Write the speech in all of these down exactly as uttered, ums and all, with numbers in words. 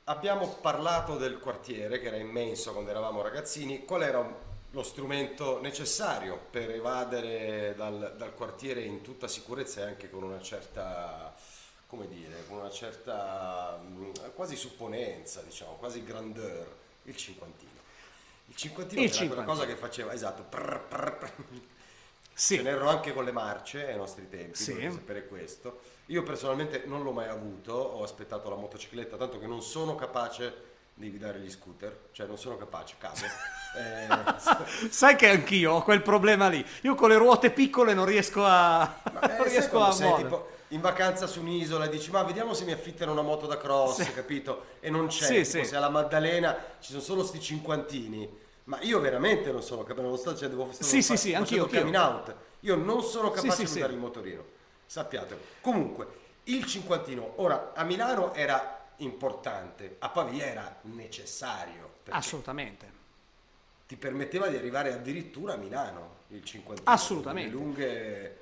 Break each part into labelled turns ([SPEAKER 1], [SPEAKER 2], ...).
[SPEAKER 1] abbiamo parlato del quartiere che era immenso quando eravamo ragazzini. Qual era lo strumento necessario per evadere dal, dal quartiere in tutta sicurezza e anche con una certa, come dire, con una certa mh, quasi supponenza, diciamo, quasi grandeur? Il cinquantino. Il cinquantino
[SPEAKER 2] Il
[SPEAKER 1] era quella
[SPEAKER 2] cinquantino.
[SPEAKER 1] cosa che faceva, esatto, prr, prr, prr.
[SPEAKER 2] Sì.
[SPEAKER 1] Ce n'erano anche con le marce ai nostri tempi,
[SPEAKER 2] Sì.
[SPEAKER 1] dovete sapere questo. Io personalmente non l'ho mai avuto, ho aspettato la motocicletta, tanto che non sono capace di guidare gli scooter, cioè non sono capace, cado. Eh,
[SPEAKER 2] Sai che anch'io ho quel problema lì. Io con le ruote piccole non riesco a,
[SPEAKER 1] ma,
[SPEAKER 2] non
[SPEAKER 1] eh, sai
[SPEAKER 2] riesco
[SPEAKER 1] quando
[SPEAKER 2] a
[SPEAKER 1] sei
[SPEAKER 2] muovere.
[SPEAKER 1] tipo in vacanza su un'isola e dici ma vediamo se mi affittano una moto da cross,
[SPEAKER 2] Sì.
[SPEAKER 1] capito? E non c'è,
[SPEAKER 2] Sì,
[SPEAKER 1] tipo
[SPEAKER 2] sì.
[SPEAKER 1] se alla Maddalena ci sono solo sti cinquantini, ma io veramente non sono capace, non sto, cioè, devo, sto
[SPEAKER 2] Sì, sì,
[SPEAKER 1] fa-
[SPEAKER 2] sì,
[SPEAKER 1] facendo
[SPEAKER 2] anch'io,
[SPEAKER 1] coming
[SPEAKER 2] anch'io.
[SPEAKER 1] out, io non sono
[SPEAKER 2] Sì,
[SPEAKER 1] capace
[SPEAKER 2] sì,
[SPEAKER 1] di
[SPEAKER 2] sì.
[SPEAKER 1] guidare il motorino, sappiatelo. Comunque, il cinquantino, ora a Milano era importante, a Pavia era necessario, perché
[SPEAKER 2] Assolutamente.
[SPEAKER 1] ti permetteva di arrivare addirittura a Milano, il cinquantino.
[SPEAKER 2] Assolutamente.
[SPEAKER 1] Le lunghe...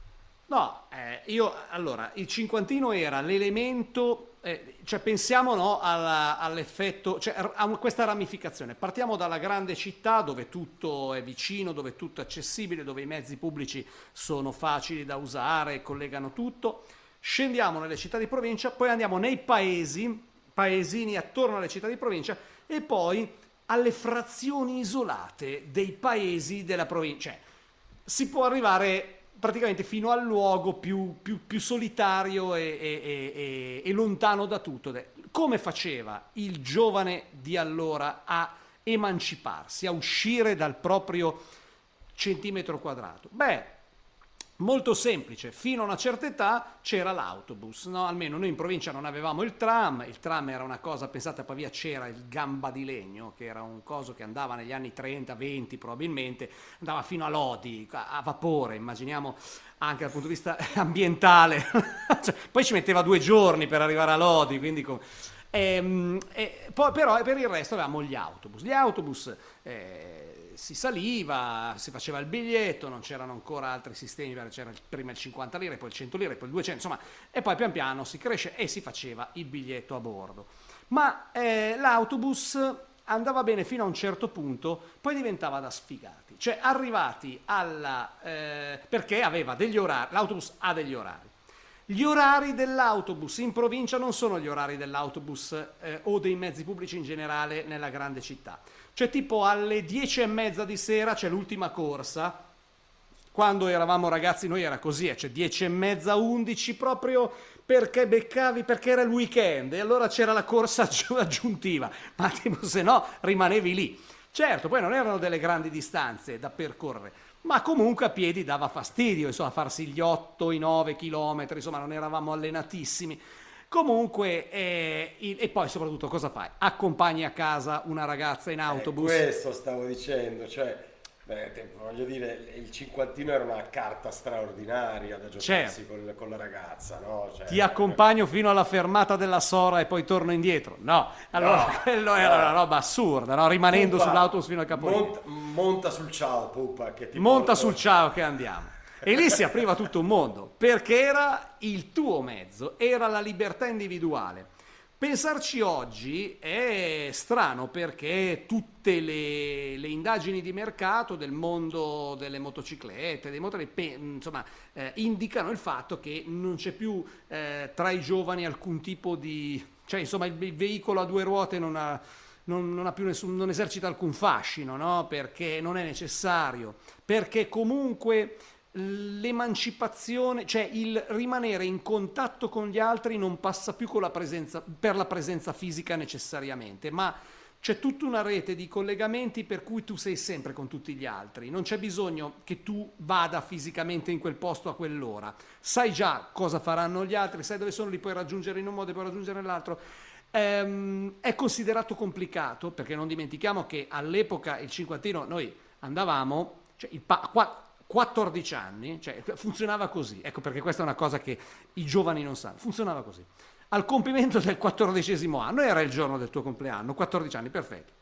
[SPEAKER 2] No, eh, io allora il cinquantino era l'elemento, eh, cioè pensiamo no, alla- all'effetto, cioè a un- questa ramificazione. Partiamo dalla grande città dove tutto è vicino, dove tutto è accessibile, dove i mezzi pubblici sono facili da usare, collegano tutto. Scendiamo nelle città di provincia, poi andiamo nei paesi, paesini attorno alle città di provincia e poi alle frazioni isolate dei paesi della provincia. Cioè, si può arrivare praticamente fino al luogo più, più- più solitario e, e- e- e- e lontano da tutto. Come faceva il giovane di allora a emanciparsi, a uscire dal proprio centimetro quadrato? Beh, molto semplice, fino a una certa età c'era l'autobus, no? Almeno noi in provincia non avevamo il tram, il tram era una cosa, pensate a Pavia c'era il Gamba di Legno, che era un coso che andava negli anni trenta venti probabilmente, andava fino a Lodi, a, a vapore, immaginiamo anche dal punto di vista ambientale, Cioè, poi ci metteva due giorni per arrivare a Lodi, quindi... com- Ehm, e poi però per il resto avevamo gli autobus. Gli autobus eh, si saliva, si faceva il biglietto, non c'erano ancora altri sistemi, perché c'era il- prima il cinquanta lire, poi il cento lire, poi il duecento, insomma, e poi pian piano si cresce e si faceva il biglietto a bordo. Ma eh, l'autobus andava bene fino a un certo punto, poi diventava da sfigati, cioè arrivati alla... eh, perché aveva degli orari, l'autobus ha degli orari. Gli orari dell'autobus in provincia non sono gli orari dell'autobus eh, o dei mezzi pubblici in generale nella grande città. Cioè tipo alle dieci e mezza di sera c'è l'ultima corsa. Quando eravamo ragazzi noi era così, eh, cioè dieci e mezza, undici proprio perché beccavi, perché era il weekend e allora c'era la corsa aggi- aggiuntiva, ma tipo se no rimanevi lì. Certo, poi non erano delle grandi distanze da percorrere, ma comunque a piedi dava fastidio, insomma, farsi gli otto, i nove chilometri, insomma, non eravamo allenatissimi. Comunque, eh, il- e poi soprattutto cosa fai? Accompagni a casa una ragazza in
[SPEAKER 1] Eh,
[SPEAKER 2] autobus?
[SPEAKER 1] questo stavo dicendo, cioè, beh, te- voglio dire, il cinquantino era una carta straordinaria da giocarsi
[SPEAKER 2] Certo.
[SPEAKER 1] con, con la ragazza, no? Cioè,
[SPEAKER 2] Ti accompagno fino alla fermata della Sora e poi torno indietro. No, allora
[SPEAKER 1] no,
[SPEAKER 2] quello era
[SPEAKER 1] no.
[SPEAKER 2] una roba assurda, no? Rimanendo
[SPEAKER 1] Pupa,
[SPEAKER 2] sull'autobus fino a Capolinea.
[SPEAKER 1] Monta, monta sul ciao, Pupa, che ti
[SPEAKER 2] Monta
[SPEAKER 1] porto-
[SPEAKER 2] sul ciao che andiamo. E lì si apriva tutto un mondo, perché era il tuo mezzo, era la libertà individuale. Pensarci oggi è strano perché tutte le, le indagini di mercato del mondo delle motociclette, dei motori, pe- insomma, eh, indicano il fatto che non c'è più eh, tra i giovani alcun tipo di... cioè insomma il, il veicolo a due ruote non ha, non, non ha più nessun, non esercita alcun fascino, no? Perché non è necessario, perché comunque l'emancipazione, cioè il rimanere in contatto con gli altri non passa più con la presenza, per la presenza fisica necessariamente, ma c'è tutta una rete di collegamenti per cui tu sei sempre con tutti gli altri, non c'è bisogno che tu vada fisicamente in quel posto a quell'ora, sai già cosa faranno gli altri, sai dove sono, li puoi raggiungere in un modo e puoi raggiungere nell'altro. Ehm, è considerato complicato perché non dimentichiamo che all'epoca il cinquantino noi andavamo, cioè il pa- qua- quattordici anni, cioè funzionava così, ecco perché questa è una cosa che i giovani non sanno, funzionava così. Al compimento del quattordicesimo anno, era il giorno del tuo compleanno, quattordici anni, perfetto.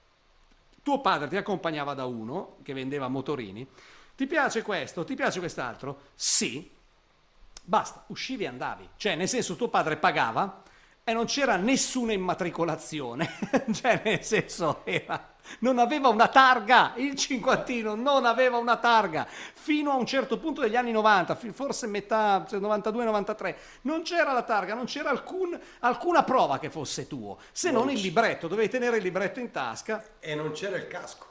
[SPEAKER 2] Tuo padre ti accompagnava da uno che vendeva motorini, ti piace questo, ti piace quest'altro? Sì, basta, uscivi e andavi, cioè nel senso tuo padre pagava e non c'era nessuna immatricolazione, cioè nel senso era, non aveva una targa, il cinquantino non aveva una targa, fino a un certo punto degli anni novanta, forse metà novantadue novantatré, non c'era la targa, non c'era alcun, alcuna prova che fosse tuo, se non, non il libretto, dovevi tenere il libretto in tasca.
[SPEAKER 1] E non c'era il casco.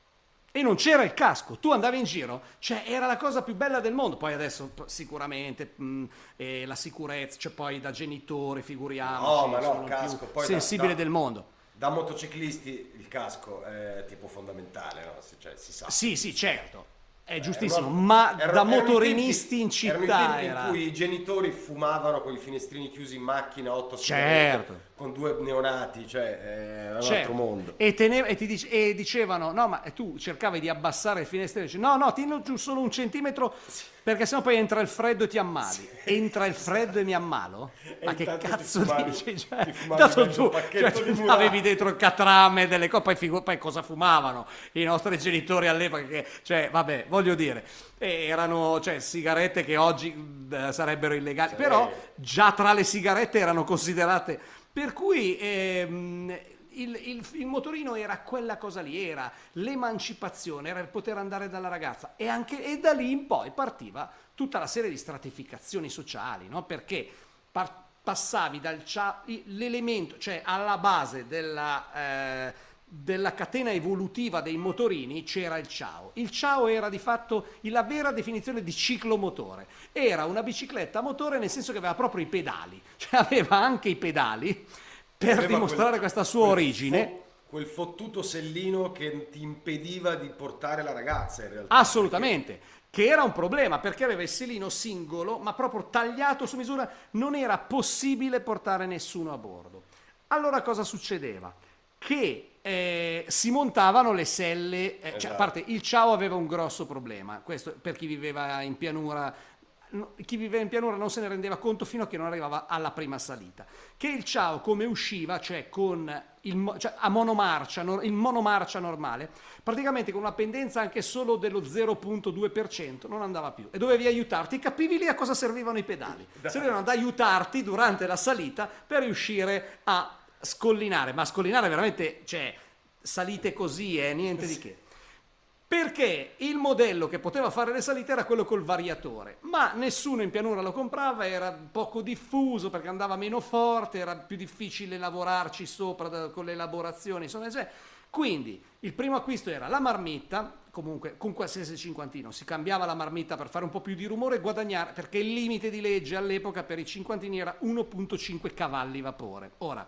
[SPEAKER 2] E non c'era il casco, tu andavi in giro, cioè era la cosa più bella del mondo. Poi adesso sicuramente mh, eh, la sicurezza, cioè poi da genitori, figuriamoci,
[SPEAKER 1] no, ma no,
[SPEAKER 2] sono
[SPEAKER 1] il casco,
[SPEAKER 2] più
[SPEAKER 1] poi
[SPEAKER 2] sensibile
[SPEAKER 1] da, da,
[SPEAKER 2] del mondo.
[SPEAKER 1] Da motociclisti il casco è tipo fondamentale, no? Cioè, si sa.
[SPEAKER 2] Sì, sì, certo. È giustissimo,
[SPEAKER 1] erano,
[SPEAKER 2] ma
[SPEAKER 1] erano,
[SPEAKER 2] da
[SPEAKER 1] erano
[SPEAKER 2] motorinisti
[SPEAKER 1] tempi,
[SPEAKER 2] in città
[SPEAKER 1] erano i tempi
[SPEAKER 2] era...
[SPEAKER 1] in cui i genitori fumavano con i finestrini chiusi in macchina, otto
[SPEAKER 2] certo.
[SPEAKER 1] con due neonati, cioè era un
[SPEAKER 2] certo.
[SPEAKER 1] altro mondo.
[SPEAKER 2] E, tenev- e, ti dice- e dicevano, no, ma tu cercavi di abbassare il finestrino, dici, no, no, tienilo giù solo un centimetro, perché sennò poi entra il freddo e ti ammali. Sì. Entra il freddo e mi ammalo?
[SPEAKER 1] E
[SPEAKER 2] ma che cazzo
[SPEAKER 1] fumavi,
[SPEAKER 2] dici? Cioè,
[SPEAKER 1] dato
[SPEAKER 2] tu, cioè, tu avevi dentro il catrame delle cose, poi, figu- poi cosa fumavano i nostri genitori all'epoca? Che, cioè, vabbè, voglio dire, erano cioè, sigarette che oggi eh, sarebbero illegali, sì. Però già tra le sigarette erano considerate, per cui ehm, il, il, il motorino era quella cosa lì, era l'emancipazione, era il poter andare dalla ragazza, e, anche, e da lì in poi partiva tutta la serie di stratificazioni sociali, no? Perché par- passavi dal ciao, l'elemento, cioè alla base della... Eh, della catena evolutiva dei motorini c'era il ciao. Il ciao era di fatto la vera definizione di ciclomotore. Era una bicicletta a motore nel senso che aveva proprio i pedali, cioè aveva anche i pedali per aveva dimostrare quel, questa sua quel origine.
[SPEAKER 1] Fo- quel fottuto sellino che ti impediva di portare la ragazza in realtà.
[SPEAKER 2] Assolutamente. Perché... che era un problema perché aveva il sellino singolo, ma proprio tagliato su misura, non era possibile portare nessuno a bordo. Allora cosa succedeva? Che eh, si montavano le selle, eh, esatto. Cioè, a parte il ciao aveva un grosso problema, questo per chi viveva in pianura, no, chi viveva in pianura non se ne rendeva conto fino a che non arrivava alla prima salita, che il ciao come usciva, cioè con il, cioè a monomarcia, no, il monomarcia normale, praticamente con una pendenza anche solo dello zero virgola due per cento non andava più e dovevi aiutarti, capivi lì a cosa servivano i pedali, servivano ad aiutarti durante la salita per riuscire a scollinare, ma scollinare veramente, cioè, salite così, eh, niente di che. Perché il modello che poteva fare le salite era quello col variatore, ma nessuno in pianura lo comprava, era poco diffuso perché andava meno forte, era più difficile lavorarci sopra da, con le elaborazioni, insomma, cioè. Quindi il primo acquisto era la marmitta, comunque con qualsiasi cinquantino si cambiava la marmitta per fare un po' più di rumore e guadagnare, perché il limite di legge all'epoca per i cinquantini era uno virgola cinque cavalli vapore. Ora,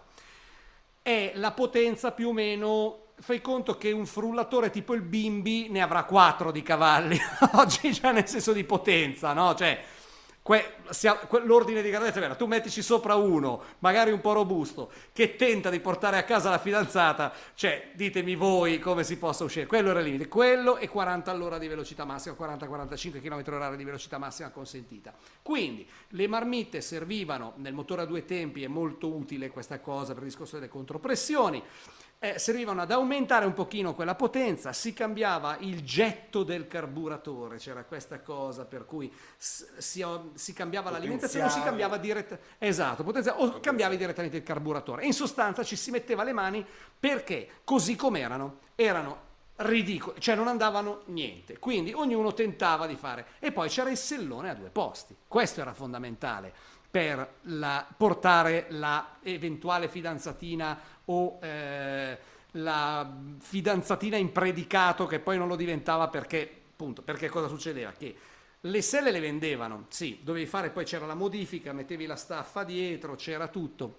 [SPEAKER 2] è la potenza più o meno, fai conto che un frullatore tipo il Bimbi ne avrà quattro di cavalli oggi, cioè nel senso di potenza, no? Cioè que, sia, que, l'ordine di grandezza è vero, tu mettici sopra uno magari un po' robusto che tenta di portare a casa la fidanzata, cioè ditemi voi come si possa uscire, quello era il limite, quello e quaranta all'ora di velocità massima, quaranta quarantacinque chilometri orari di velocità massima consentita. Quindi le marmitte servivano nel motore a due tempi, è molto utile questa cosa per il discorso delle contropressioni. Eh, servivano ad aumentare un pochino quella potenza, si cambiava il getto del carburatore, c'era questa cosa per cui si, si cambiava l'alimentazione o si cambiava direttamente, esatto, potenza, o cambiavi direttamente il carburatore. E in sostanza ci si metteva le mani perché così come erano, erano ridicoli, cioè non andavano niente, quindi ognuno tentava di fare, e poi c'era il sellone a due posti, questo era fondamentale per la, portare la eventuale fidanzatina o eh, la fidanzatina in predicato che poi non lo diventava perché, appunto, perché cosa succedeva? Che le selle le vendevano, sì, dovevi fare, poi c'era la modifica, mettevi la staffa dietro, c'era tutto,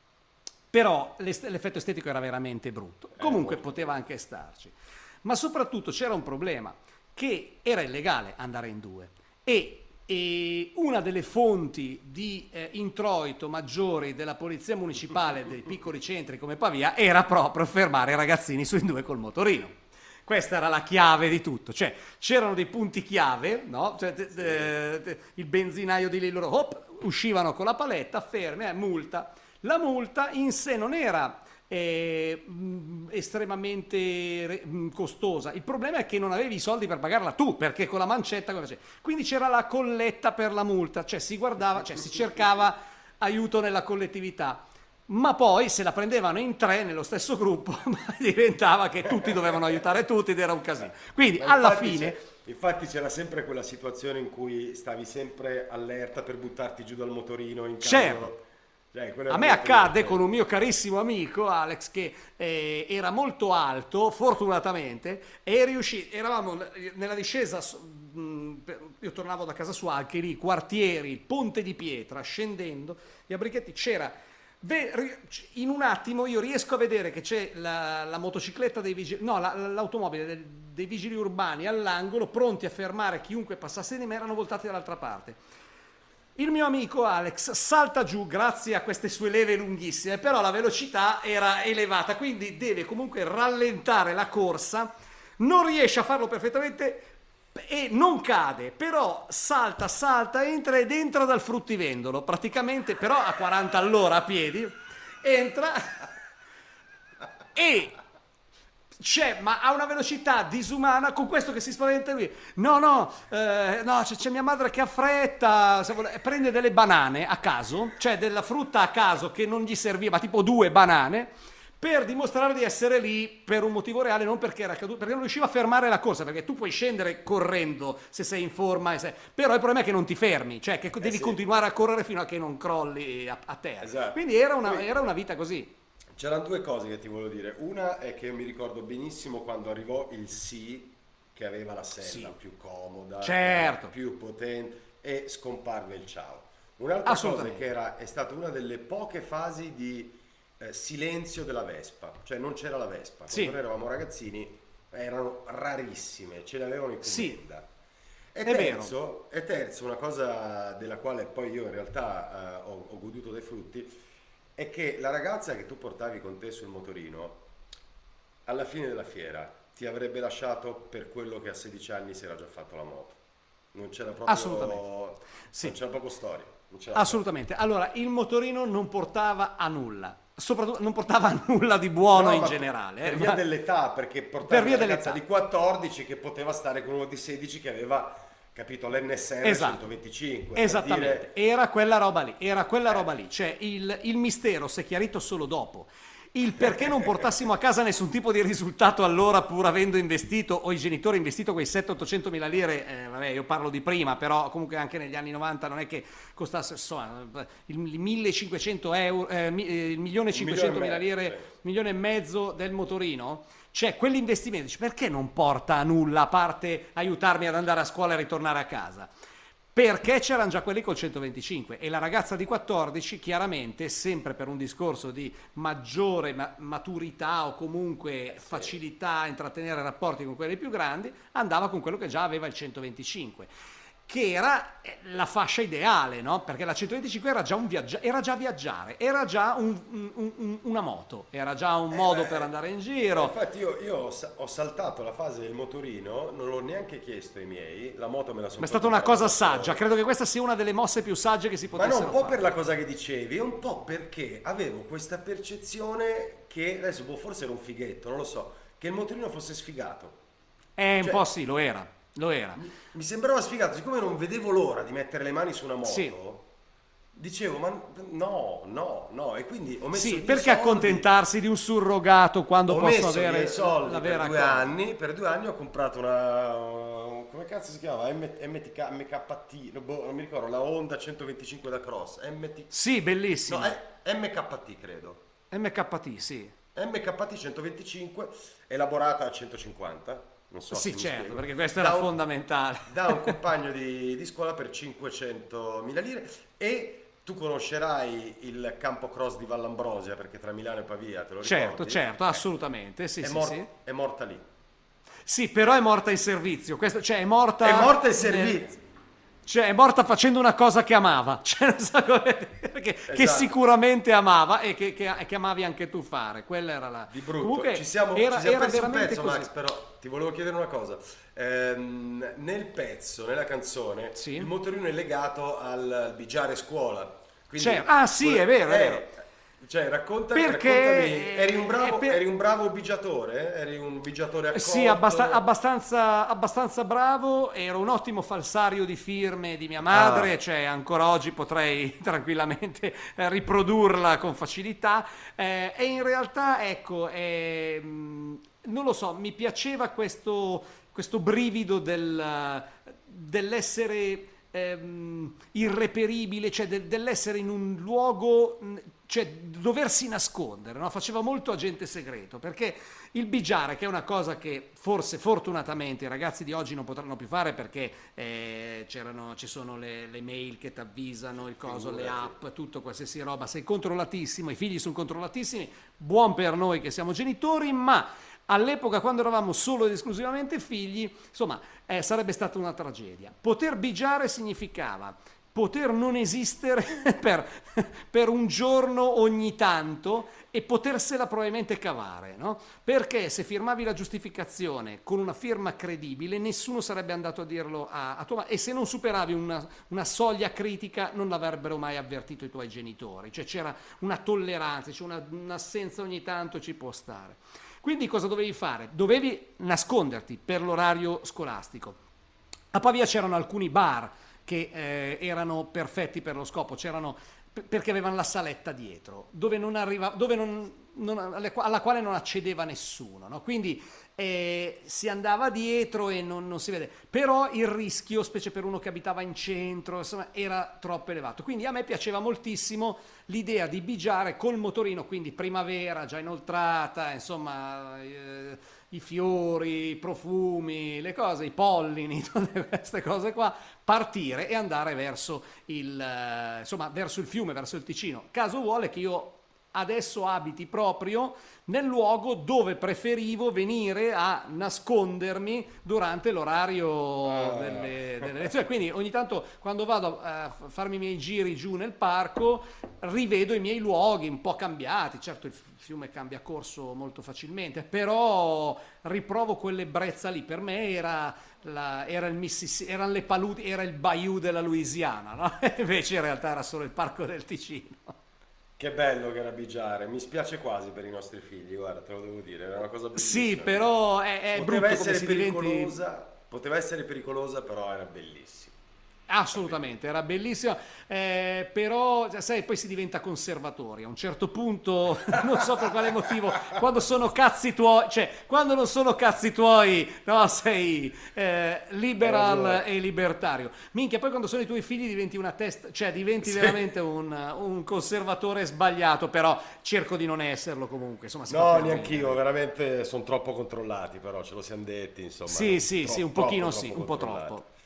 [SPEAKER 2] però l'effetto estetico era veramente brutto, comunque poteva anche starci, ma soprattutto c'era un problema, che era illegale andare in due e E una delle fonti di eh, introito maggiori della polizia municipale dei piccoli centri come Pavia era proprio fermare i ragazzini sui due col motorino. Questa era la chiave di tutto, cioè c'erano dei punti chiave, no? Cioè, de, de, de, il benzinaio di lì, loro hop, uscivano con la paletta, ferme, eh, multa. La multa in sé non era Eh, mh, estremamente mh, costosa, il problema è che non avevi i soldi per pagarla tu, perché con la mancetta come facevi? Quindi c'era la colletta per la multa, cioè si guardava, cioè si cercava aiuto nella collettività. ma poi se la prendevano in tre nello stesso gruppo diventava che tutti dovevano aiutare tutti ed era un casino. Quindi
[SPEAKER 1] Ma
[SPEAKER 2] alla
[SPEAKER 1] infatti
[SPEAKER 2] fine...
[SPEAKER 1] c'è- infatti c'era sempre quella situazione in cui stavi sempre allerta per buttarti giù dal motorino in caso...
[SPEAKER 2] Certo.
[SPEAKER 1] Cioè, quello
[SPEAKER 2] A
[SPEAKER 1] era
[SPEAKER 2] me
[SPEAKER 1] molto
[SPEAKER 2] accadde
[SPEAKER 1] divertente.
[SPEAKER 2] con un mio carissimo amico Alex che eh, era molto alto, fortunatamente, e riuscì, eravamo nella discesa, s- mh, per- io tornavo da casa sua, anche lì, quartieri, Ponte di Pietra, scendendo, e a Brichetti c'era, ve- ri- in un attimo io riesco a vedere che c'è la, la motocicletta dei vigili, no, la- l'automobile del- dei vigili urbani all'angolo, pronti a fermare chiunque passasse di me, erano voltati dall'altra parte. Il mio amico Alex salta giù grazie a queste sue leve lunghissime, però la velocità era elevata, quindi deve comunque rallentare la corsa, non riesce a farlo perfettamente e non cade, però salta, salta, entra ed entra dal fruttivendolo, praticamente però a quaranta all'ora a piedi, entra e... c'è, ma a una velocità disumana con questo che si spaventa lui. No, no, eh, no, c'è, c'è mia madre che ha fretta, se vuole- prende delle banane a caso, cioè della frutta a caso che non gli serviva, tipo due banane, per dimostrare di essere lì per un motivo reale, non perché era caduto, perché non riusciva a fermare la corsa, perché tu puoi scendere correndo se sei in forma, e se- però il problema è che non ti fermi, cioè che devi
[SPEAKER 1] sì.
[SPEAKER 2] continuare a correre fino a che non crolli a, a terra.
[SPEAKER 1] Esatto.
[SPEAKER 2] Quindi era una,
[SPEAKER 1] Poi-
[SPEAKER 2] era una vita così.
[SPEAKER 1] C'erano due cose che ti volevo dire. Una è che mi ricordo benissimo quando arrivò il sì, che aveva la sella
[SPEAKER 2] Sì.
[SPEAKER 1] più comoda,
[SPEAKER 2] Certo.
[SPEAKER 1] più potente, e scomparve il ciao. Un'altra cosa
[SPEAKER 2] Assolutamente.
[SPEAKER 1] che era, è stata una delle poche fasi di eh, silenzio della Vespa, cioè non c'era la Vespa.
[SPEAKER 2] Sì.
[SPEAKER 1] Quando noi eravamo ragazzini erano rarissime, ce le avevano in
[SPEAKER 2] Sì.
[SPEAKER 1] commenda. E
[SPEAKER 2] È vero.
[SPEAKER 1] terzo, e terzo, una cosa della quale poi io in realtà eh, ho, ho goduto dei frutti, è che la ragazza che tu portavi con te sul motorino, alla fine della fiera, ti avrebbe lasciato per quello che a sedici anni si era già fatto la moto. Non c'era proprio,
[SPEAKER 2] Assolutamente. Sì.
[SPEAKER 1] non c'era proprio storia. Non c'era
[SPEAKER 2] Assolutamente. Allora, il motorino non portava a nulla, soprattutto non portava a nulla di buono
[SPEAKER 1] No,
[SPEAKER 2] in
[SPEAKER 1] ma
[SPEAKER 2] generale.
[SPEAKER 1] per
[SPEAKER 2] eh,
[SPEAKER 1] via
[SPEAKER 2] ma-
[SPEAKER 1] dell'età, perché
[SPEAKER 2] per
[SPEAKER 1] portavi
[SPEAKER 2] via
[SPEAKER 1] una ragazza
[SPEAKER 2] dell'età.
[SPEAKER 1] di quattordici che poteva stare con uno di sedici che aveva, capito, l'N S R
[SPEAKER 2] Esatto.
[SPEAKER 1] centoventicinque. per
[SPEAKER 2] Esattamente,
[SPEAKER 1] dire-
[SPEAKER 2] era quella roba lì, era quella roba lì, cioè il, il mistero si è chiarito solo dopo. Il perché non portassimo a casa nessun tipo di risultato allora pur avendo investito, o i genitori investito quei settecento ottocento mila lire, eh, vabbè io parlo di prima, però comunque anche negli anni novanta non è che costasse, insomma, il, il millecinquecento euro, eh, mi- eh, il milione e cinquecento mila
[SPEAKER 1] mezzo,
[SPEAKER 2] lire,
[SPEAKER 1] sì.
[SPEAKER 2] milione e mezzo del motorino, cioè quell'investimento, dici, perché non porta a nulla a parte aiutarmi ad andare a scuola e ritornare a casa? Perché c'erano già quelli col centoventicinque e la ragazza di quattordici chiaramente, sempre per un discorso di maggiore ma- maturità o comunque facilità a intrattenere rapporti con quelli più grandi, andava con quello che già aveva il centoventicinque, che era eh, la fascia ideale, no? Perché la centoventicinque era già, un viaggia- era già viaggiare, era già un- un- un- una moto, era già un modo
[SPEAKER 1] beh,
[SPEAKER 2] per andare in giro.
[SPEAKER 1] Infatti io, io ho, sa- ho saltato la fase del motorino, non l'ho neanche chiesto ai miei, la moto me la sono
[SPEAKER 2] Ma è stata una
[SPEAKER 1] comprata
[SPEAKER 2] cosa
[SPEAKER 1] da solo.
[SPEAKER 2] saggia, credo che questa sia una delle mosse più sagge che si
[SPEAKER 1] Ma
[SPEAKER 2] potessero
[SPEAKER 1] no, un po'
[SPEAKER 2] fare.
[SPEAKER 1] per la cosa che dicevi, e un po' perché avevo questa percezione che, adesso boh, forse era un fighetto, non lo so, che il motorino fosse sfigato.
[SPEAKER 2] Eh, un
[SPEAKER 1] Cioè-
[SPEAKER 2] po' sì, lo era, lo era.
[SPEAKER 1] Mi sembrava sfigato, siccome non vedevo l'ora di mettere le mani su una moto,
[SPEAKER 2] Sì.
[SPEAKER 1] dicevo, ma no, no, no, e quindi ho messo
[SPEAKER 2] Sì,
[SPEAKER 1] i miei
[SPEAKER 2] perché
[SPEAKER 1] soldi-
[SPEAKER 2] accontentarsi di un surrogato quando
[SPEAKER 1] Ho
[SPEAKER 2] posso
[SPEAKER 1] messo i
[SPEAKER 2] avere
[SPEAKER 1] miei soldi
[SPEAKER 2] la
[SPEAKER 1] per
[SPEAKER 2] vera
[SPEAKER 1] due
[SPEAKER 2] cosa?
[SPEAKER 1] anni, per due anni ho comprato una, come cazzo si chiama? M- M T K, M K T, no, boh, non mi ricordo, la Honda centoventicinque da cross, M T,
[SPEAKER 2] Sì, bellissimo.
[SPEAKER 1] no, è M K T credo.
[SPEAKER 2] M K T, sì.
[SPEAKER 1] M K T centoventicinque, elaborata a centocinquanta, non so se
[SPEAKER 2] Sì,
[SPEAKER 1] mi
[SPEAKER 2] certo,
[SPEAKER 1] spiego.
[SPEAKER 2] perché questo
[SPEAKER 1] Da
[SPEAKER 2] era
[SPEAKER 1] un-
[SPEAKER 2] fondamentale.
[SPEAKER 1] Da un compagno di, di scuola per cinquecentomila lire, e tu conoscerai il campo cross di Vallambrosia, perché tra Milano e Pavia, te lo ricordi?
[SPEAKER 2] Certo, certo, assolutamente, sì,
[SPEAKER 1] È,
[SPEAKER 2] sì,
[SPEAKER 1] mor-
[SPEAKER 2] sì.
[SPEAKER 1] è morta lì.
[SPEAKER 2] Sì, però è morta in servizio, questo, cioè è morta...
[SPEAKER 1] È morta in
[SPEAKER 2] nel-
[SPEAKER 1] servizio.
[SPEAKER 2] Cioè è morta facendo una cosa che amava, cioè, non so come dire, che, che
[SPEAKER 1] Esatto.
[SPEAKER 2] sicuramente amava e che, che, che amavi anche tu fare, quella era la...
[SPEAKER 1] Di brutto.
[SPEAKER 2] Comunque
[SPEAKER 1] ci siamo,
[SPEAKER 2] era,
[SPEAKER 1] ci siamo
[SPEAKER 2] era
[SPEAKER 1] persi un
[SPEAKER 2] veramente
[SPEAKER 1] pezzo,
[SPEAKER 2] così.
[SPEAKER 1] Max, però ti volevo chiedere una cosa. Ehm, nel pezzo, nella canzone,
[SPEAKER 2] Sì.
[SPEAKER 1] il motorino è legato al, al bigiare scuola. Quindi
[SPEAKER 2] Certo. Ah, sì,
[SPEAKER 1] quelle-
[SPEAKER 2] è vero, è
[SPEAKER 1] eh,
[SPEAKER 2] vero.
[SPEAKER 1] Cioè, racconta,
[SPEAKER 2] Perché
[SPEAKER 1] raccontami, eri un
[SPEAKER 2] eh,
[SPEAKER 1] bravo,
[SPEAKER 2] per-
[SPEAKER 1] eri un bravo bigiatore? Eri un bigiatore accorto?
[SPEAKER 2] Sì, abbasta- abbastanza, abbastanza bravo, ero un ottimo falsario di firme di mia madre,
[SPEAKER 1] Ah,
[SPEAKER 2] cioè ancora oggi potrei tranquillamente eh, riprodurla con facilità, eh, e in realtà ecco, ehm, non lo so, mi piaceva questo, questo brivido del, dell'essere ehm, irreperibile, cioè del- dell'essere in un luogo, mh, cioè doversi nascondere, no? Faceva molto agente segreto, perché il bigiare, che è una cosa che forse fortunatamente i ragazzi di oggi non potranno più fare perché eh, c'erano, ci sono le, le mail che ti avvisano, il coso, le
[SPEAKER 1] figurati.
[SPEAKER 2] app, tutto qualsiasi roba, sei controllatissimo, i figli sono controllatissimi, buon per noi che siamo genitori, ma all'epoca quando eravamo solo ed esclusivamente figli, insomma, eh, sarebbe stata una tragedia. Poter bigiare significava poter non esistere per, per un giorno ogni tanto e potersela probabilmente cavare, no? Perché se firmavi la giustificazione con una firma credibile, nessuno sarebbe andato a dirlo a, a tua madre, e se non superavi una, una soglia critica non l'avrebbero mai avvertito i tuoi genitori, cioè c'era una tolleranza, c'è una, un'assenza ogni tanto ci può stare. Quindi cosa dovevi fare? Dovevi nasconderti per l'orario scolastico. A Pavia c'erano alcuni bar che eh, erano perfetti per lo scopo, c'erano perché avevano la saletta dietro, dove non arriva, dove non, non, alla quale non accedeva nessuno, no? Quindi eh, si andava dietro e non, non si vede, però il rischio, specie per uno che abitava in centro, insomma, era troppo elevato. Quindi a me piaceva moltissimo l'idea di bigiare col motorino, quindi primavera già inoltrata, insomma, eh, i fiori, i profumi, le cose, i pollini, tutte queste cose qua, partire e andare verso il, eh, insomma, verso il fiume, verso il Ticino. Caso vuole che io adesso abiti proprio nel luogo dove preferivo venire a nascondermi durante l'orario
[SPEAKER 1] ah.
[SPEAKER 2] delle, delle lezioni. Quindi ogni tanto quando vado a farmi i miei giri giù nel parco rivedo i miei luoghi un po' cambiati. Certo il fiume cambia corso molto facilmente, però riprovo quell'ebbrezza lì. Per me era, la, era il Mississippi, erano le paludi, era il Bayou della Louisiana, no? Invece in realtà era solo il parco del Ticino.
[SPEAKER 1] Che bello che era bigiare, mi spiace quasi per i nostri figli, guarda, te lo devo dire, era una cosa
[SPEAKER 2] Sì,
[SPEAKER 1] bellissima.
[SPEAKER 2] però è, è
[SPEAKER 1] Poteva
[SPEAKER 2] brutto come
[SPEAKER 1] essere
[SPEAKER 2] si diventi.
[SPEAKER 1] pericolosa, poteva essere pericolosa, però era bellissima.
[SPEAKER 2] Assolutamente, era bellissima, eh, però sai, poi si diventa conservatori. A un certo punto, non so per quale motivo, quando sono cazzi tuoi, cioè quando non sono cazzi tuoi, no, sei eh,
[SPEAKER 1] Hai
[SPEAKER 2] liberal
[SPEAKER 1] ragione.
[SPEAKER 2] e libertario. Minchia, poi quando sono i tuoi figli diventi una testa, cioè diventi
[SPEAKER 1] Sì.
[SPEAKER 2] veramente un, un conservatore sbagliato, però cerco di non esserlo comunque, insomma, si fa
[SPEAKER 1] No,
[SPEAKER 2] per
[SPEAKER 1] neanch'io,
[SPEAKER 2] bene.
[SPEAKER 1] veramente sono troppo controllati, però ce lo siamo detti, insomma,
[SPEAKER 2] Sì, sì, sì,
[SPEAKER 1] tro-
[SPEAKER 2] un
[SPEAKER 1] troppo,
[SPEAKER 2] pochino sì,
[SPEAKER 1] troppo
[SPEAKER 2] un po'
[SPEAKER 1] controllati.
[SPEAKER 2] troppo.